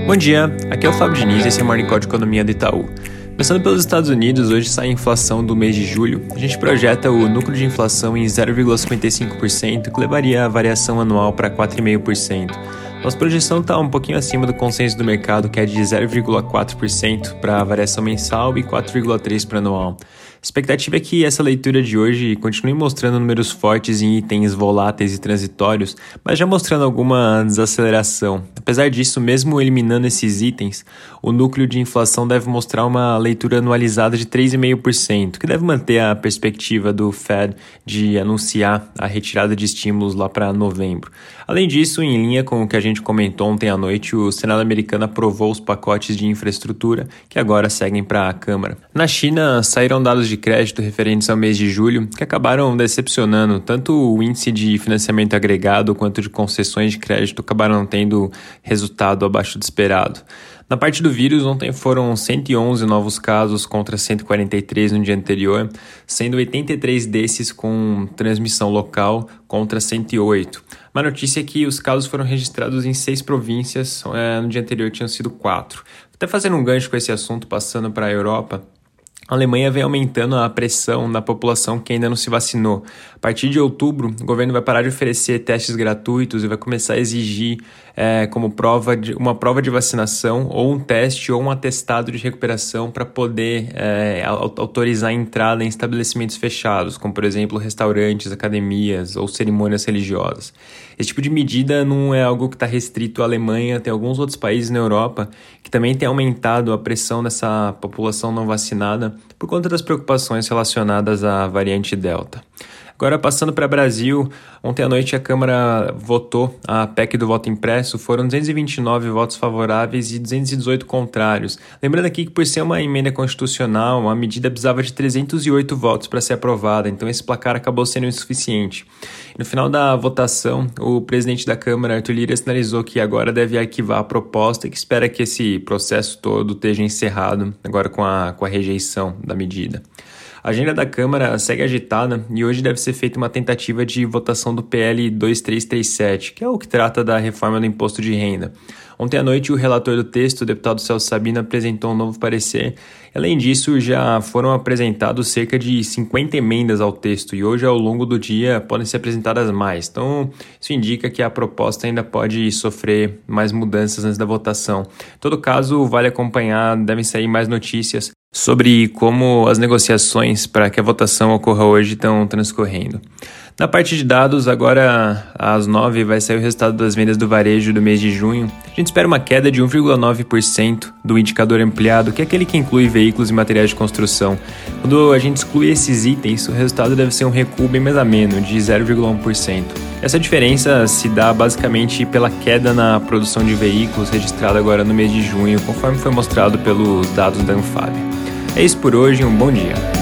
Bom dia, aqui é o Fábio Diniz e esse é o Morning Call de Economia do Itaú. Começando pelos Estados Unidos, hoje sai a inflação do mês de julho. A gente projeta o núcleo de inflação em 0,55%, que levaria a variação anual para 4,5%. Nossa projeção está um pouquinho acima do consenso do mercado, que é de 0,4% para a variação mensal e 4,3% para anual. A expectativa é que essa leitura de hoje continue mostrando números fortes em itens voláteis e transitórios, mas já mostrando alguma desaceleração. Apesar disso, mesmo eliminando esses itens, o núcleo de inflação deve mostrar uma leitura anualizada de 3,5%, que deve manter a perspectiva do Fed de anunciar a retirada de estímulos lá para novembro. Além disso, em linha com o que a gente comentou ontem à noite, o Senado americano aprovou os pacotes de infraestrutura que agora seguem para a Câmara. Na China, saíram dados de crédito referentes ao mês de julho que acabaram decepcionando. Tanto o índice de financiamento agregado quanto de concessões de crédito acabaram tendo resultado abaixo do esperado. Na parte do vírus, ontem foram 111 novos casos contra 143 no dia anterior, sendo 83 desses com transmissão local contra 108. Uma notícia é que os casos foram registrados em 6 províncias, no dia anterior tinham sido 4. Até fazendo um gancho com esse assunto, passando para a Europa, a Alemanha vem aumentando a pressão na população que ainda não se vacinou. A partir de outubro, o governo vai parar de oferecer testes gratuitos e vai começar a exigir como uma prova de vacinação ou um teste ou um atestado de recuperação para poder autorizar a entrada em estabelecimentos fechados, como por exemplo restaurantes, academias ou cerimônias religiosas. Esse tipo de medida não é algo que está restrito à Alemanha, tem alguns outros países na Europa que também têm aumentado a pressão nessa população não vacinada por conta das preocupações relacionadas à variante Delta. Agora, passando para o Brasil, ontem à noite a Câmara votou a PEC do voto impresso, foram 229 votos favoráveis e 218 contrários. Lembrando aqui que por ser uma emenda constitucional, a medida precisava de 308 votos para ser aprovada, então esse placar acabou sendo insuficiente. No final da votação, o presidente da Câmara, Arthur Lira, sinalizou que agora deve arquivar a proposta e que espera que esse processo todo esteja encerrado agora com a rejeição da medida. A agenda da Câmara segue agitada e hoje deve ser feita uma tentativa de votação do PL 2337, que é o que trata da reforma do imposto de renda. Ontem à noite, o relator do texto, o deputado Celso Sabino, apresentou um novo parecer. Além disso, já foram apresentados cerca de 50 emendas ao texto e hoje, ao longo do dia, podem ser apresentadas mais. Então, isso indica que a proposta ainda pode sofrer mais mudanças antes da votação. Em todo caso, vale acompanhar, devem sair mais notícias sobre como as negociações para que a votação ocorra hoje estão transcorrendo. Na parte de dados, agora às 9 vai sair o resultado das vendas do varejo do mês de junho. A gente espera uma queda de 1,9% do indicador ampliado, que é aquele que inclui veículos e materiais de construção. Quando a gente exclui esses itens, o resultado deve ser um recuo bem mais ameno, de 0,1%. Essa diferença se dá basicamente pela queda na produção de veículos registrada agora no mês de junho, conforme foi mostrado pelos dados da Anfavea. É isso por hoje, um bom dia.